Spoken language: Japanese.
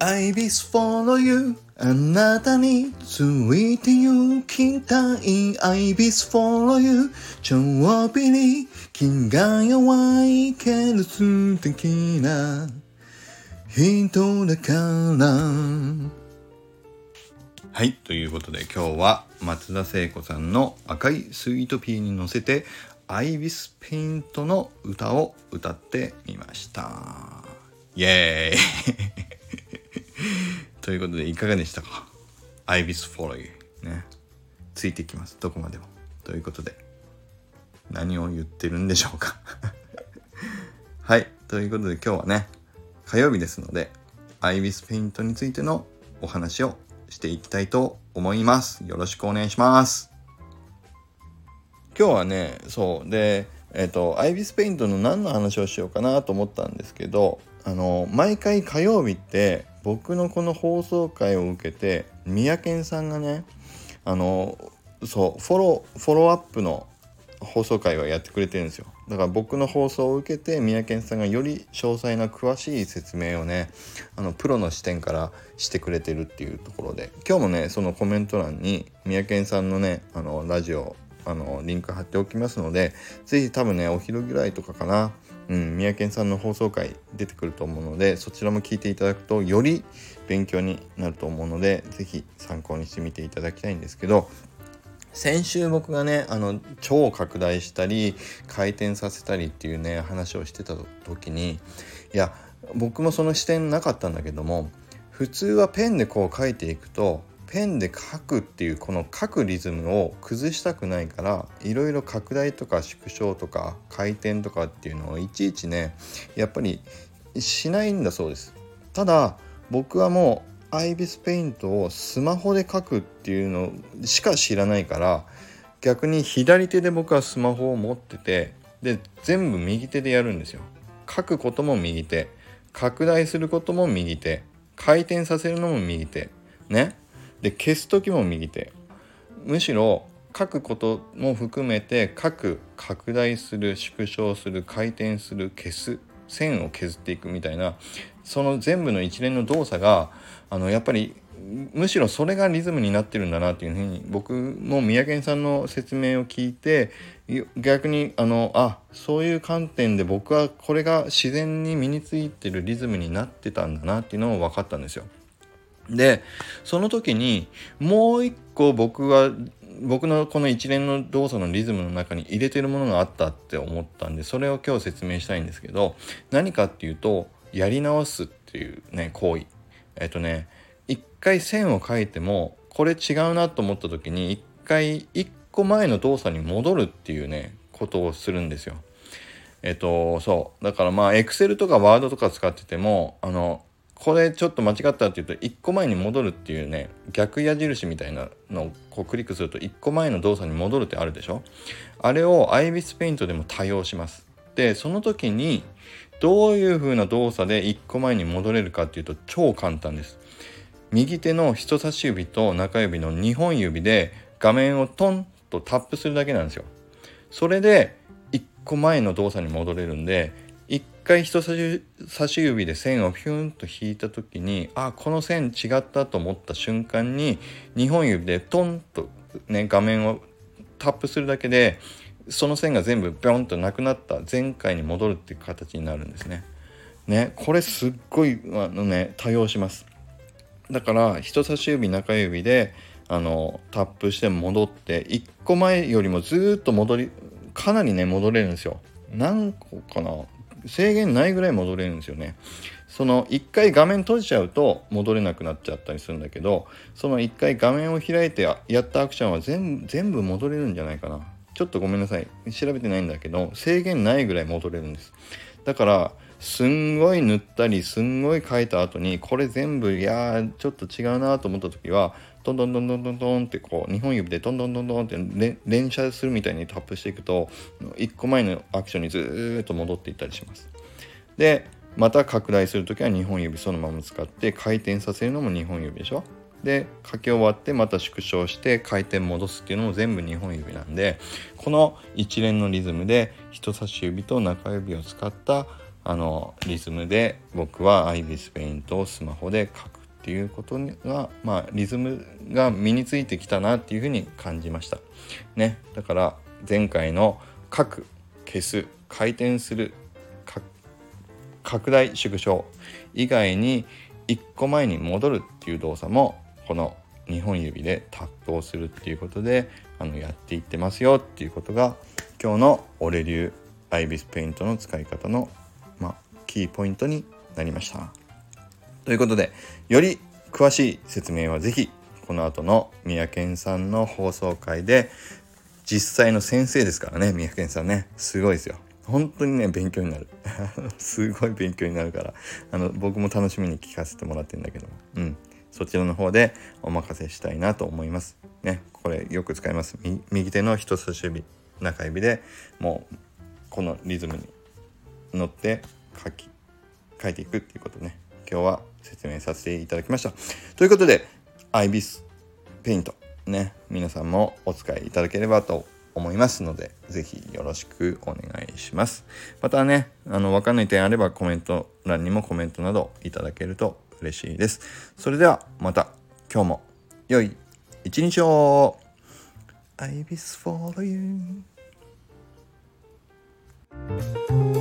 I will follow you あなたについて行きたい I will follow you ちょっぴり気が弱いけど素敵な人だからはい、ということで今日は松田聖子さんの赤いスイートピーに乗せてアイビスペイントの歌を歌ってみました。イエーイということでいかがでしたか。アイビスフォローね、ついてきます、どこまでも。ということで何を言ってるんでしょうかはい、ということで今日はね火曜日ですのでアイビスペイントについてのお話をしていきたいと思います。よろしくお願いします。今日はねそうでアイビスペイントの何の話をしようかなと思ったんですけど、毎回火曜日って僕のこの放送回を受けて三宅さんがねフォローアップの放送回はやってくれてるんですよ。だから僕の放送を受けて三宅さんがより詳細な詳しい説明をねプロの視点からしてくれてるっていうところで、今日もねそのコメント欄に三宅さんのねラジオリンク貼っておきますので、ぜひ多分ねお昼ぐらいとかかな、三宅さんの放送回出てくると思うので、そちらも聞いていただくとより勉強になると思うので、ぜひ参考にしてみていただきたいんですけど、先週僕がね超拡大したり回転させたりっていうね話をしてた時に、いや僕もその視点なかったんだけども、普通はペンでこう書いていくとペンで書くっていうこの書くリズムを崩したくないから、いろいろ拡大とか縮小とか回転とかっていうのをいちいちねやっぱりしないんだそうです。ただ僕はもうアイビスペイントをスマホで書くっていうのしか知らないから、逆に左手で僕はスマホを持ってて、で全部右手でやるんですよ。書くことも右手、拡大することも右手、回転させるのも右手ね、で消す時も右手。むしろ書くことも含めて書く、拡大する、縮小する、回転する、消す、線を削っていくみたいな、その全部の一連の動作がやっぱりむしろそれがリズムになってるんだなっていうふうに僕も三宅さんの説明を聞いて、逆にそういう観点で僕はこれが自然に身についてるリズムになってたんだなっていうのも分かったんですよ。でその時にもう一個僕のこの一連の動作のリズムの中に入れてるものがあったって思ったんで、それを今日説明したいんですけど、何かっていうとやり直すっていうね行為。一回線を書いてもこれ違うなと思った時に一個前の動作に戻るっていうねことをするんですよ。そうだからExcel とか Word とか使っててもこれちょっと間違ったっていうと1個前に戻るっていうね逆矢印みたいなのをこうクリックすると1個前の動作に戻るってあるでしょ。あれをアイビスペイントでも多用します。でその時にどういう風な動作で1個前に戻れるかっていうと超簡単です。右手の人差し指と中指の2本指で画面をトンとタップするだけなんですよ。それで1個前の動作に戻れるんで、1回人差し指で線をピュンと引いた時にこの線違ったと思った瞬間に2本指でトンとね画面をタップするだけでその線が全部ビョンとなくなった前回に戻るっていう形になるんですね。これすっごい多用します。だから人差し指中指でタップして戻って1個前よりもずっとかなりね戻れるんですよ。何個かな、制限ないぐらい戻れるんですよね。その1回画面閉じちゃうと戻れなくなっちゃったりするんだけど、その1回画面を開いてやったアクションは全部戻れるんじゃないかな。ちょっとごめんなさい調べてないんだけど制限ないぐらい戻れるんです。だからすんごい塗ったりすんごい書いた後にこれ全部ちょっと違うなと思った時はトントントントントントンってこう2本指でトントントントンって連射するみたいにタップしていくと1個前のアクションにずーっと戻っていったりします。でまた拡大する時は2本指そのまま使って回転させるのも2本指でしょ。で書き終わってまた縮小して回転戻すっていうのも全部2本指なんで、この一連のリズムで人差し指と中指を使ったリズムで僕はアイビスペイントをスマホで書くっっていうことが、リズムが身についてきたなっていうふうに感じましたね。だから前回の書く、消す、回転する、拡大縮小以外に1個前に戻るっていう動作もこの2本指でタップをするっていうことでやっていってますよっていうことが今日の俺流アイビスペイントの使い方の、キーポイントになりました。ということで、より詳しい説明はぜひこの後の宮健さんの放送回で、実際の先生ですからね、宮健さんね、すごいですよ。本当にね、勉強になるすごい勉強になるから僕も楽しみに聞かせてもらってるんだけども、そちらの方でお任せしたいなと思いますね。これよく使います。右手の人差し指、中指でもうこのリズムに乗って書いていくっていうことね、今日は説明させていただきました。ということで、アイビスペイントね、皆さんもお使いいただければと思いますので、ぜひよろしくお願いします。またね、わかんない点あればコメント欄にもコメントなどいただけると嬉しいです。それではまた今日も良い一日を。Ibis for you